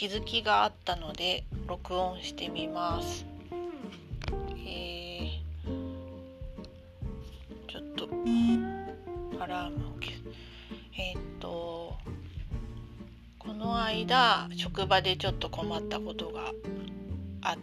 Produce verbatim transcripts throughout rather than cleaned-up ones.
気づきがあったので録音してみます。えー、ちょっとアラームを消す。えー、っとこの間職場でちょっと困ったことがあって、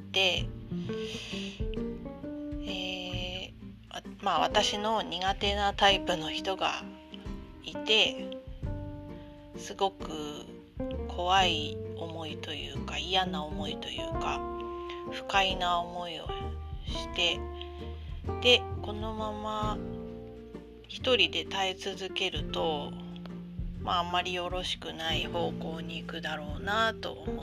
えー、まあ私の苦手なタイプの人がいて、すごく怖い思いというか嫌な思いというか不快な思いをして、でこのまま一人で耐え続けると、まああんまりよろしくない方向に行くだろうなと思って、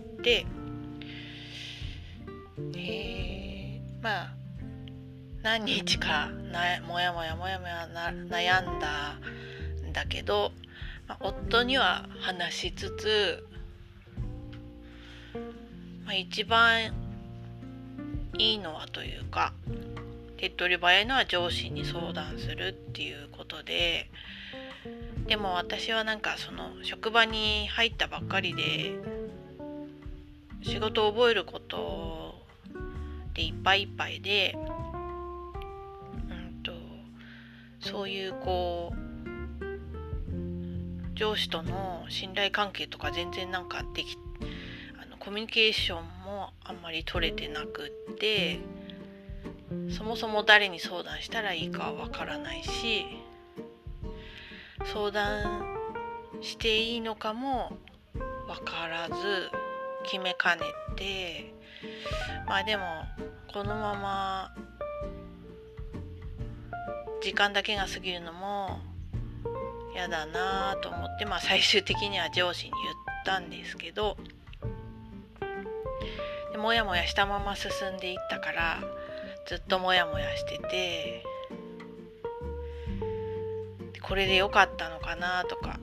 えー、まあ何日かなもやもやもやもやな悩んだんだけど、まあ、夫には話しつつ、まあ、一番いいのはというか手っ取り早いのは上司に相談するっていうことで、でも私はなんかその職場に入ったばっかりで仕事を覚えることでいっぱいいっぱいで、うんとそういうこう上司との信頼関係とか全然なんかできあのコミュニケーションもあんまり取れてなくって、そもそも誰に相談したらいいかわからないし、相談していいのかもわからず決めかねて、まあでもこのまま時間だけが過ぎるのも嫌だなと思って、まあ最終的には上司に言ったんですけど、でもやもやしたまま進んでいったからずっともやもやしてて、これで良かったのかなとか、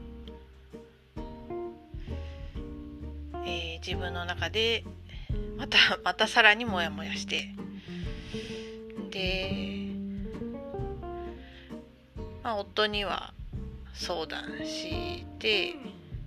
えー、自分の中でまたまたさらにもやもやして、で、まあ、夫には相談して、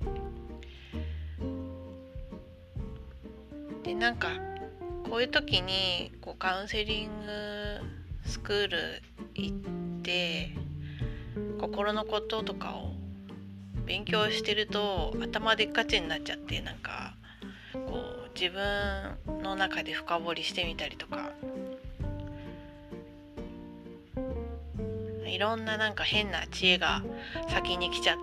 でなんかこういう時にこうカウンセリングスクール行って心のこととかを勉強してると頭でっかちになっちゃって、なんかこう自分の中で深掘りしてみたりとか、いろんななんか変な知恵が先に来ちゃって、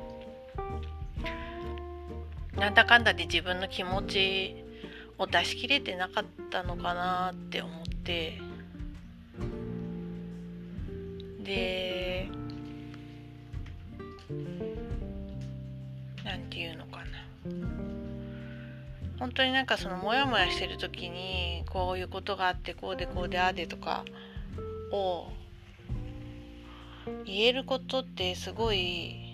なんだかんだで自分の気持ちを出し切れてなかったのかなって思って、でなんていうのかな、本当になんかそのモヤモヤしてる時にこういうことがあってこうでこうでああでとかを言えることってすごい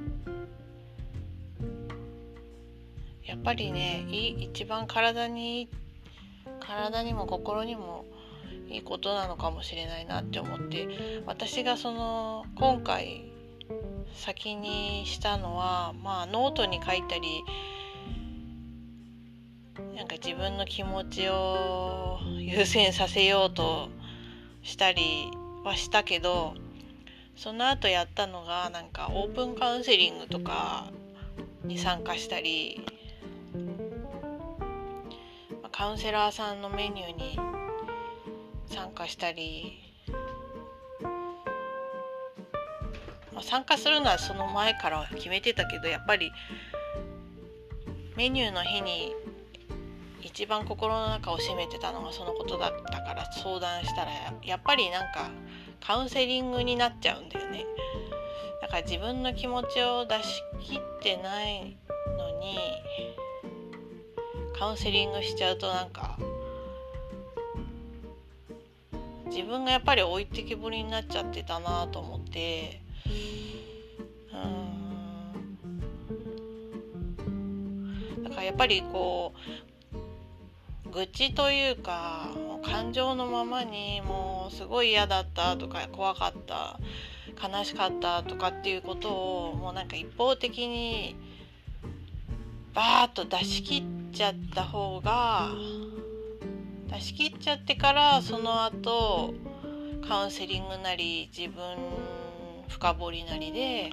やっぱりね、一番体に体にも心にもいいことなのかもしれないなって思って、私がその今回先にしたのは、まあノートに書いたり、なんか自分の気持ちを優先させようとしたりはしたけど、その後やったのがなんかオープンカウンセリングとかに参加したり、カウンセラーさんのメニューに参加したり、まあ、参加するのはその前から決めてたけど、やっぱりメニューの日に一番心の中を占めてたのがそのことだったから相談したら、やっぱりなんかカウンセリングになっちゃうんだよね。だから自分の気持ちを出し切ってないのにカウンセリングしちゃうと、なんか自分がやっぱり置いてきぼりになっちゃってたなと思って、うーんだからやっぱりこう愚痴というか感情のままにもうすごい嫌だったとか怖かった悲しかったとかっていうことをもうなんか一方的にバーッと出し切っちゃった方が、出し切っちゃってからその後カウンセリングなり自分深掘りなりで、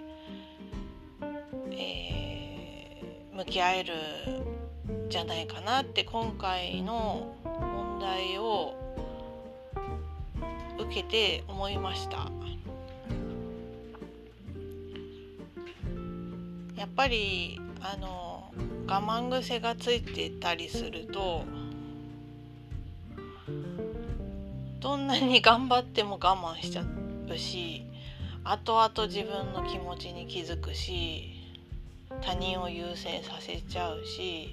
えー、向き合えるんじゃないかなって今回の問題を受けて思いました。やっぱりあの我慢癖がついてたりすると、どんなに頑張っても我慢しちゃうし、後々自分の気持ちに気づくし、他人を優先させちゃうし、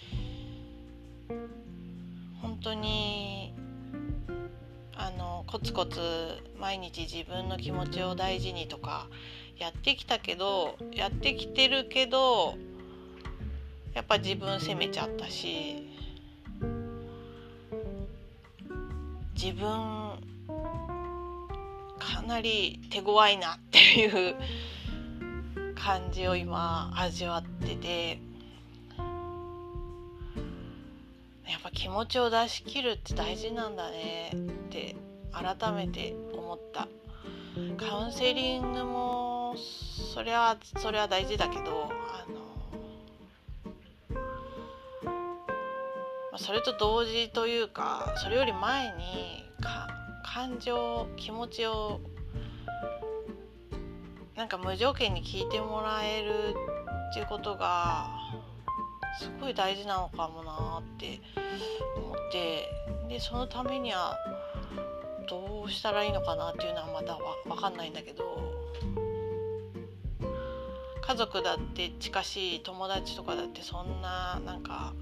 本当にあのコツコツ毎日自分の気持ちを大事にとかやってきたけどやってきてるけどやっぱ自分責めちゃったし、自分かなり手強いなっていう感じを今味わってて、やっぱ気持ちを出し切るって大事なんだねって改めて思った。カウンセリングもそれはそれは大事だけど、あの、まあ、それと同時というか、それより前にか感情気持ちをなんか無条件に聞いてもらえるっていうことがすごい大事なのかもなって思って、でそのためにはどうしたらいいのかなっていうのはまだわかんないんだけど、家族だって近しい友達とかだってそんななんか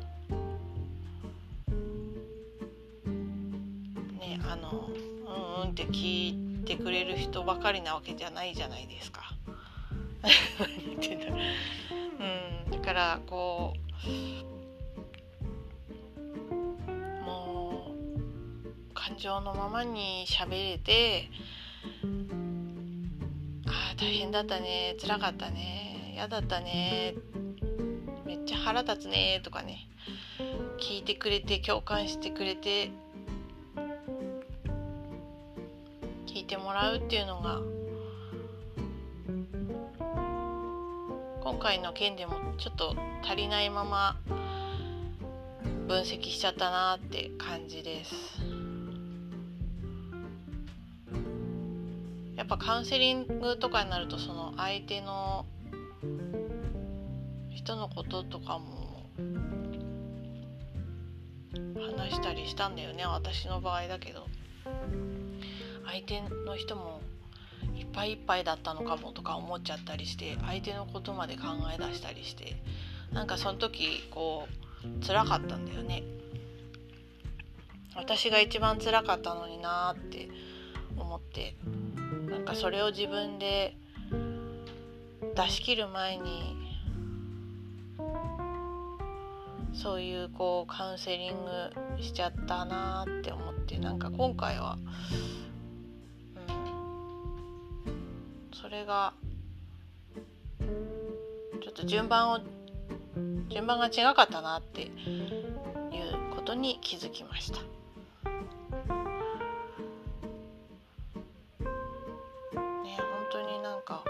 ね、あのうんうんって聞いてくれる人ばかりなわけじゃないじゃないですか。言ってた。うん、だからこうもう感情のままに喋れて、あー大変だったね、辛かったね、嫌だったね、めっちゃ腹立つねとかね、聞いてくれて共感してくれて聞いてもらうっていうのが今回の件でもちょっと足りないまま分析しちゃったなって感じです。やっぱカウンセリングとかになるとその相手の人のこととかも話したりしたんだよね、私の場合だけど。相手の人もいっぱいいっぱいだったのかもとか思っちゃったりして、相手のことまで考え出したりして、なんかその時こう辛かったんだよね。私が一番辛かったのになーって思って、なんかそれを自分で出し切る前にそういうこうカウンセリングしちゃったなーって思って、なんか今回はそれがちょっと順番を順番が違かったなっていうことに気づきました。ね、本当になんか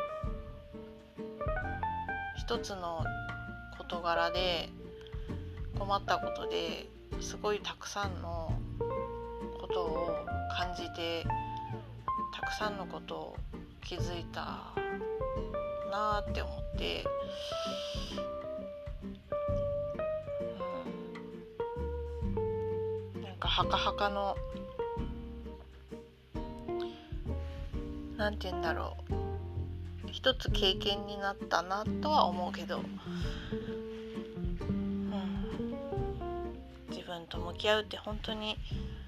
一つの事柄で困ったことですごいたくさんのことを感じて、たくさんのことを気づいたなって思って、うん、なんかはかはかのなんて言うんだろう、一つ経験になったなとは思うけど、うん、自分と向き合うって本当に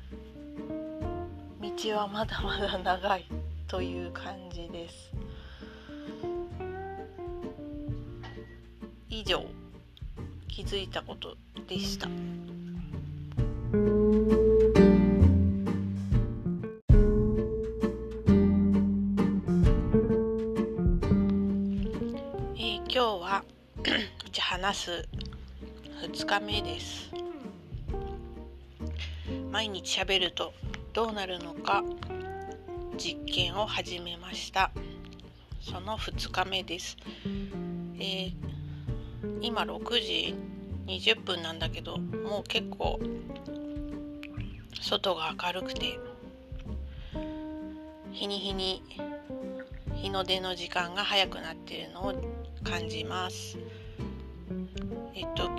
道はまだまだ長いという感じです。以上、気づいたことでした。えー、今日はじゃあ話すふつかめです。毎日喋るとどうなるのか実験を始めました。そのふつかめです。えー、今ろくじにじゅっぷんなんだけど、もう結構外が明るくて日に日に日の出の時間が早くなっているのを感じます。えっと今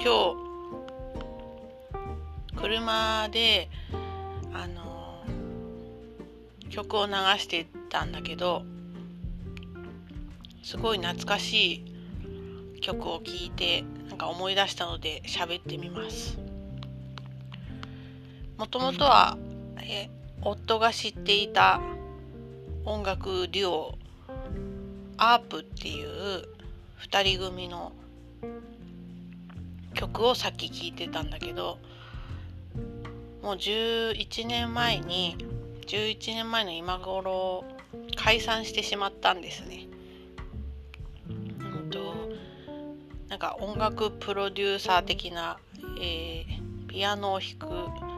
日車であの曲を流してたんだけど、すごい懐かしい曲を聴いてなんか思い出したので喋ってみます。もともとはえ夫が知っていた音楽デュオアープっていうふたり組の曲をさっき聴いてたんだけど、もうじゅういちねんまえにじゅういちねんまえの今頃解散してしまったんですね。うんとなんか音楽プロデューサー的な、えー、ピアノを弾く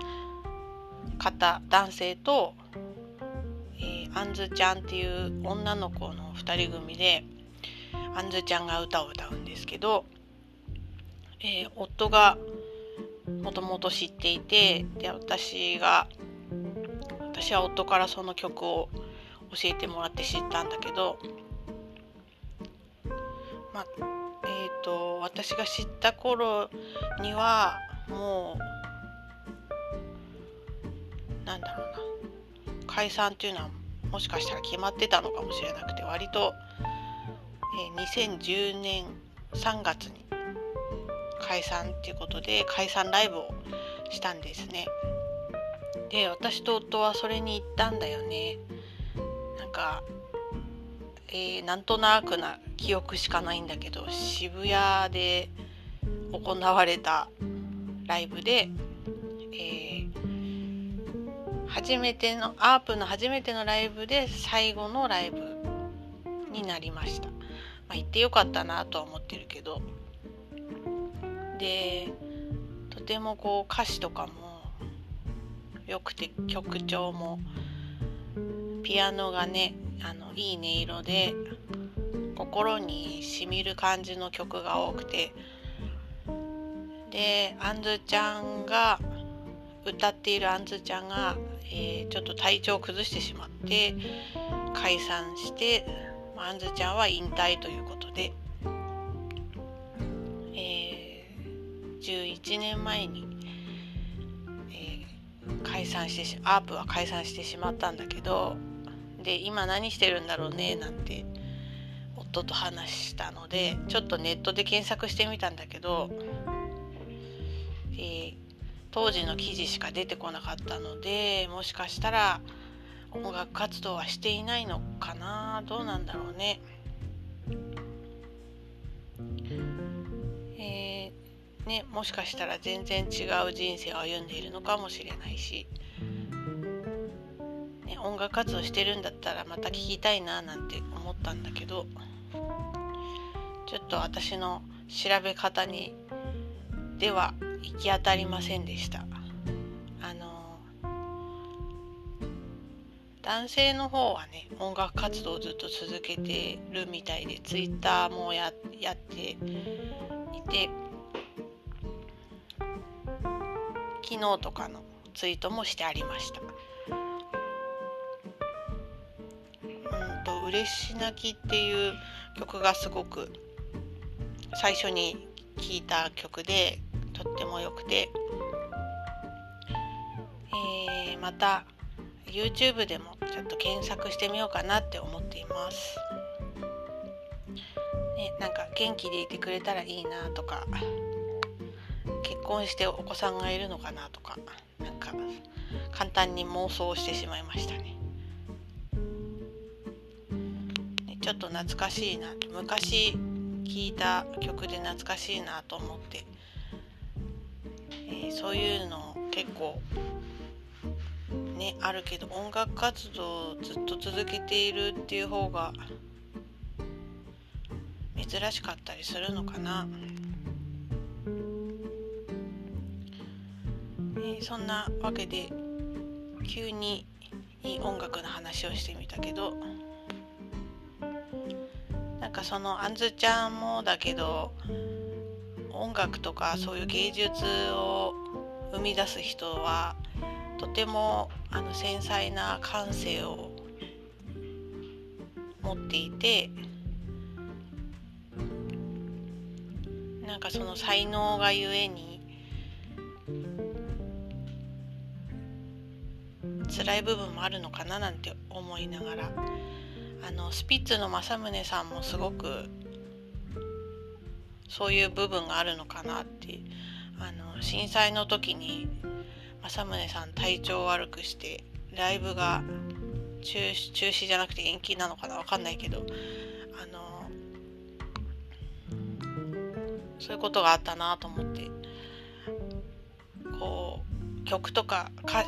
方男性と、えー、アンズちゃんっていう女の子のふたり組で、アンズちゃんが歌を歌うんですけど、えー、夫がもともと知っていて、で私が私は夫からその曲を教えてもらって知ったんだけど、まあえーと私が知った頃にはもうなんだろうな解散っていうのはもしかしたら決まってたのかもしれなくて、割と、えー、にせんじゅうねんさんがつに解散っていうことで解散ライブをしたんですね。で私と夫はそれに行ったんだよね。なんか、えー、なんとなくな記憶しかないんだけど、渋谷で行われたライブで、えー、初めてのアープの初めてのライブで最後のライブになりました。まあ、行ってよかったなとは思ってるけど、でとてもこう歌詞とかもよくて曲調もピアノがねあのいい音色で心にしみる感じの曲が多くて、でアンズちゃんが歌っているアンズちゃんが、えー、ちょっと体調を崩してしまって解散して、アンズちゃんは引退ということで、えー、じゅういちねんまえに、えー、解散してしアープは解散してしまったんだけど、で今何してるんだろうねなんて夫と話したので、ちょっとネットで検索してみたんだけど、えー、当時の記事しか出てこなかったので、もしかしたら音楽活動はしていないのかな、どうなんだろうね。えー、ねもしかしたら全然違う人生を歩んでいるのかもしれないし、ね、音楽活動してるんだったらまた聞きたいななんて思ったんだけど、ちょっと私の調べ方にでは行き当たりませんでした。あの男性の方はね音楽活動をずっと続けてるみたいで、ツイッターも や, やっていて、昨日とかのツイートもしてありました。うんと嬉し泣きっていう曲がすごく最初に聴いた曲でとっても良くて、えー、また YouTube でもちょっと検索してみようかなって思っています、ね、なんか元気でいてくれたらいいなとか、結婚してお子さんがいるのかなとか、なんか簡単に妄想してしまいましたね。ちょっと懐かしいな、昔聴いた曲で懐かしいなと思って、えー、そういうの結構ねあるけど、音楽活動をずっと続けているっていう方が珍しかったりするのかな。えー、そんなわけで急に音楽の話をしてみたけど、なんかそのあんずちゃんもだけど、音楽とかそういう芸術を生み出す人はとてもあの繊細な感性を持っていて、なんかその才能がゆえに辛い部分もあるのかななんて思いながら、あのスピッツの正宗さんもすごくそういう部分があるのかなって。あの震災の時に正宗さん体調を悪くしてライブが中止、中止じゃなくて延期なのかな、分かんないけど、あのそういうことがあったなと思って、こう曲とか歌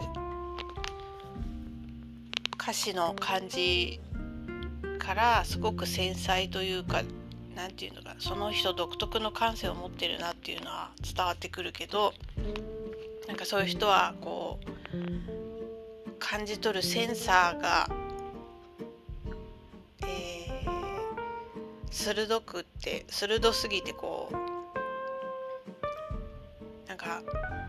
歌詞の感じからすごく繊細というか、なんていうのか、その人独特の感性を持ってるなっていうのは伝わってくるけど、なんかそういう人はこう感じ取るセンサーが、えー、鋭くって鋭すぎて、こうなんか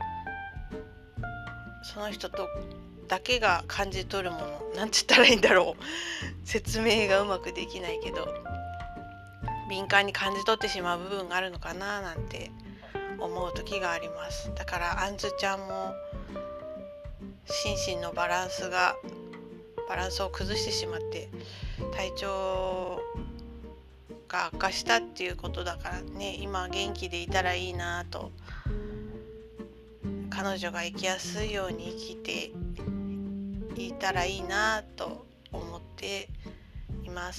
その人とだけが感じ取るもの、なんて言ったらいいんだろう説明がうまくできないけど、敏感に感じ取ってしまう部分があるのかななんて思う時があります。だからあんずちゃんも心身のバランスがバランスを崩してしまって体調が悪化したっていうことだからね、今元気でいたらいいなと、彼女が生きやすいように生きていたらいいなと思っています、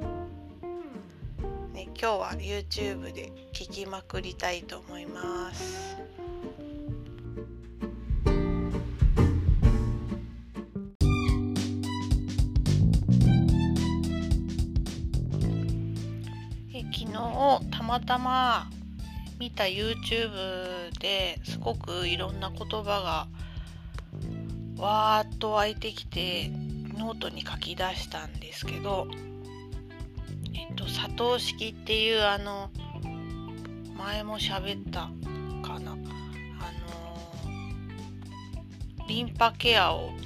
ね、今日は YouTube で聴きまくりたいと思います。え昨日たまたま見た YouTube ですごくいろんな言葉がわーっと湧いてきてノートに書き出したんですけど、えっと佐藤式っていう、あの前も喋ったかな、あのリンパケアを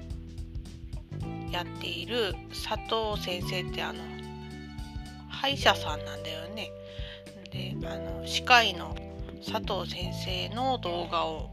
やっている佐藤先生って、あの歯医者さんなんだよね。で、あの歯科医の佐藤先生の動画を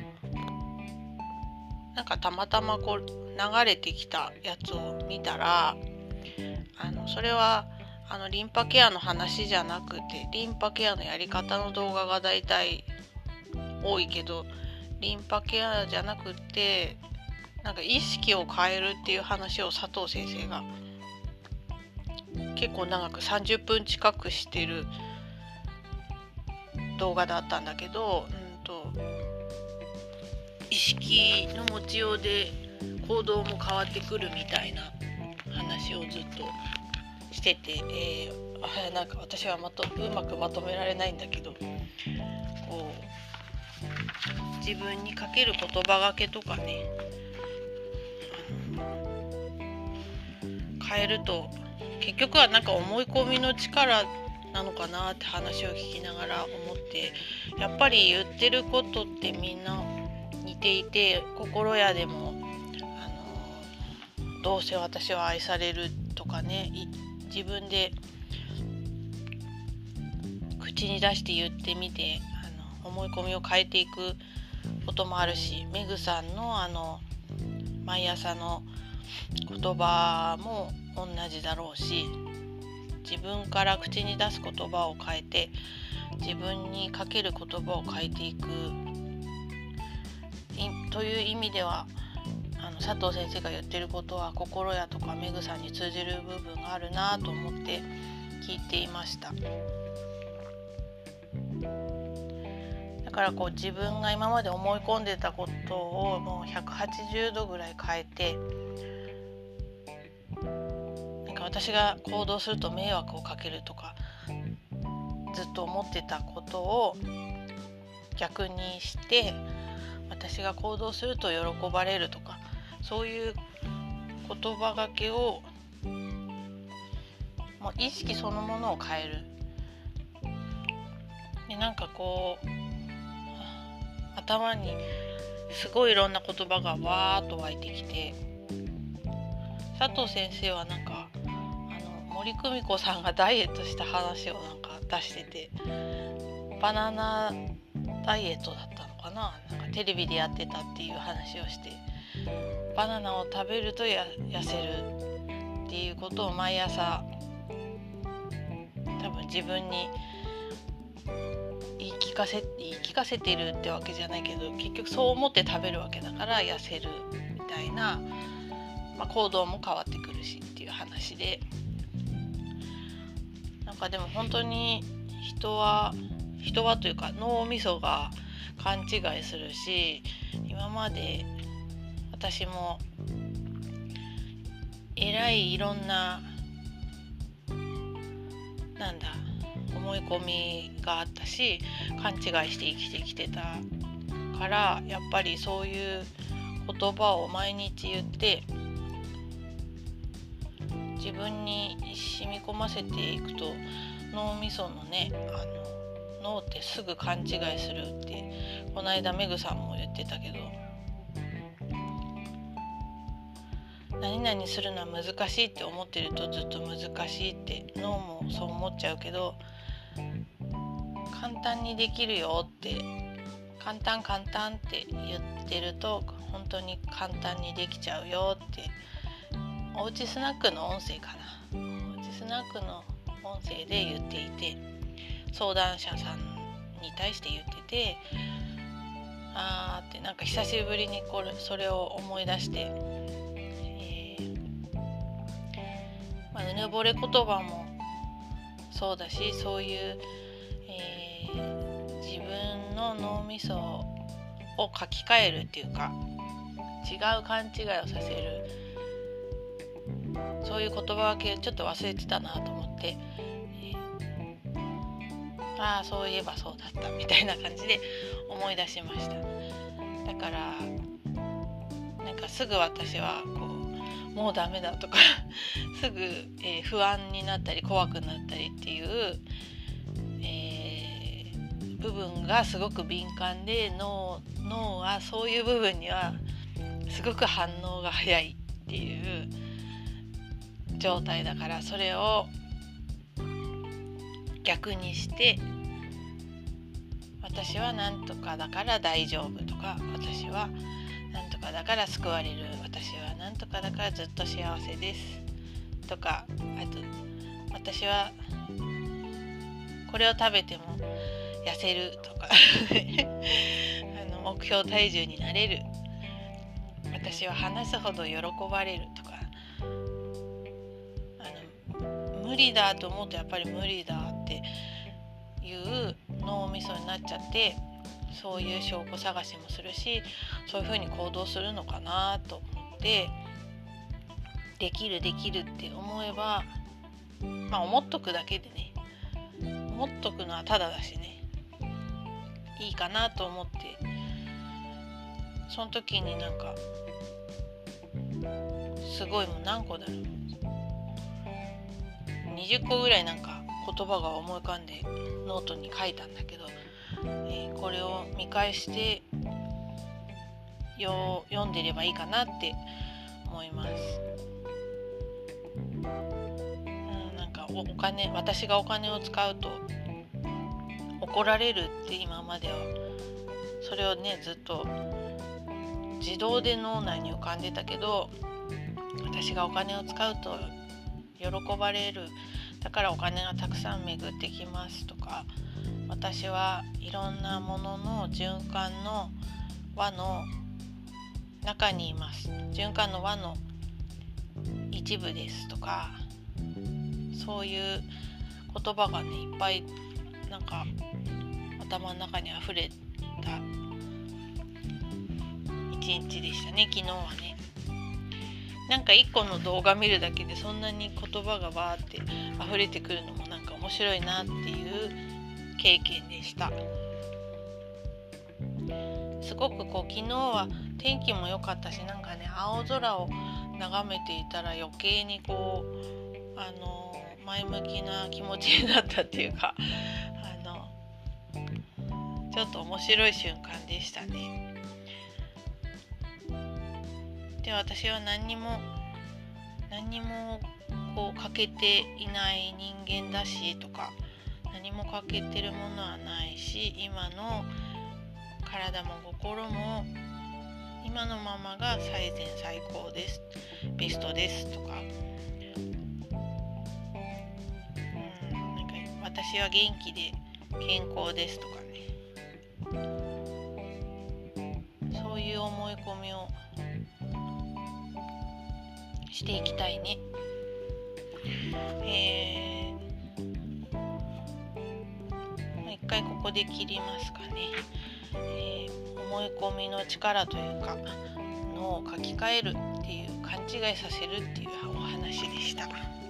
なんかたまたまこう流れてきたやつを見たら、あのそれはあのリンパケアの話じゃなくて、リンパケアのやり方の動画がだいたい多いけど、リンパケアじゃなくてなんか意識を変えるっていう話を佐藤先生が結構長くさんじゅっぷん近くしてる動画だったんだけど、うんと意識の持ちようで行動も変わってくるみたいな話をずっとしてて、えー、あなんか私はまとうまくまとめられないんだけど、こう自分にかける言葉がけとかね、変えると結局はなんか思い込みの力なのかなって話を聞きながら思って、やっぱり言ってることってみんな似ていて、心屋でもあのどうせ私は愛されるとかね、自分で口に出して言ってみて、あの思い込みを変えていくこともあるし、メグさんのあの毎朝の言葉も同じだろうし、自分から口に出す言葉を変えて自分にかける言葉を変えていくという意味では、あの佐藤先生が言ってることは心屋とかメグさんに通じる部分があるなと思って聞いていました。だからこう自分が今まで思い込んでたことをもうひゃくはちじゅうどぐらい変えて、なんか私が行動すると迷惑をかけるとか、 ずっと思ってたことを逆にして私が行動すると喜ばれるとか、そういう言葉がけをもう意識そのものを変える。でなんかこう頭にすごいいろんな言葉がわーっと湧いてきて、佐藤先生はなんかあの森久美子さんがダイエットした話をなんか出してて、バナナダイエットだったのかな、なんかテレビでやってたっていう話をして、バナナを食べるとや痩せるっていうことを毎朝多分自分に言い聞かせ言い聞かせてるってわけじゃないけど、結局そう思って食べるわけだから痩せるみたいな、まあ、行動も変わってくるしっていう話で、なんかでも本当に人は人はというか脳みそが勘違いするし、今まで私もえらいいろんななんだ思い込みがあったし、勘違いして生きてきてたから、やっぱりそういう言葉を毎日言って自分に染み込ませていくと、脳みそのね、あの脳ってすぐ勘違いするってこの間メグさんも言ってたけど、何々するのは難しいって思ってるとずっと難しいって脳もそう思っちゃうけど、簡単にできるよって簡単簡単って言ってると本当に簡単にできちゃうよって、おうちスナックの音声かな、おうちスナックの音声で言っていて、相談者さんに対して言ってて、あーってなんか久しぶりにこれそれを思い出して、えーまあ、うぬぼれ言葉もそうだし、そういう、えー、自分の脳みそを書き換えるっていうか、違う勘違いをさせる、そういう言葉分けちょっと忘れてたなと思って、えー、ああそういえばそうだったみたいな感じで思い出しました。だからなんかすぐ私はこうもうダメだとかすぐ、えー、不安になったり怖くなったりっていう、えー、部分がすごく敏感で、脳、脳はそういう部分にはすごく反応が早いっていう状態だから、それを逆にして私はなんとかだから大丈夫とか、私はなんとかだから救われる、私はなんとかだからずっと幸せですとか、あと私はこれを食べても痩せるとかあの目標体重になれる、私は話すほど喜ばれるとか、あの無理だと思うとやっぱり無理だっていう脳みそになっちゃって、そういう証拠探しもするし、そういう風に行動するのかなと思って、できるできるって思えば、まあ思っとくだけでね、思っとくのはただだしね、いいかなと思って、その時になんかすごいもう何個だろう、にじゅっこぐらいなんか言葉が思い浮かんでノートに書いたんだけど、えー、これを見返してよ読んでればいいかなって思います。うん、なんか お, お金私がお金を使うと怒られるって今まではそれをねずっと自動で脳内に浮かんでたけど、私がお金を使うと喜ばれる、だからお金がたくさん巡ってきますとか、私はいろんなものの循環の輪の中にいます、循環の輪の一部ですとか、そういう言葉がねいっぱいなんか頭の中にあふれた一日でしたね、昨日はね。なんか一個の動画見るだけでそんなに言葉がバーって溢れてくるのもなんか面白いなっていう経験でした。すごくこう昨日は天気も良かったし、なんかね青空を眺めていたら余計にこうあの前向きな気持ちになったっていうか、あのちょっと面白い瞬間でしたね。で、私は何にも何にもこう欠けていない人間だしとか、何も欠けてるものはないし、今の体も心も今のままが最善最高です、ベストですとか、うん、なんか私は元気で健康ですとかね、そういう思い込みをしていきたいね。えー、一回ここで切りますかね。えー、思い込みの力というか脳を書き換えるっていう、勘違いさせるっていうお話でした。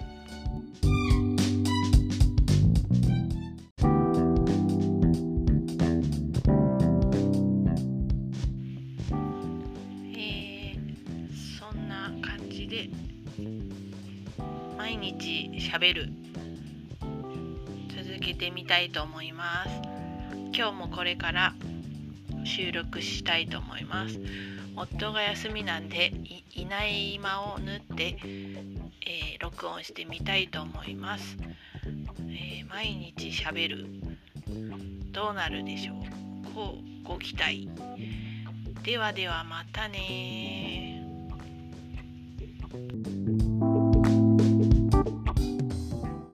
えー、そんな感じで毎日喋る続けてみたいと思います。今日もこれから収録したいと思います。夫が休みなんで い, いない間を縫って、えー、録音してみたいと思います。えー、毎日喋る、どうなるでしょう。こうご期待。ではではまたね。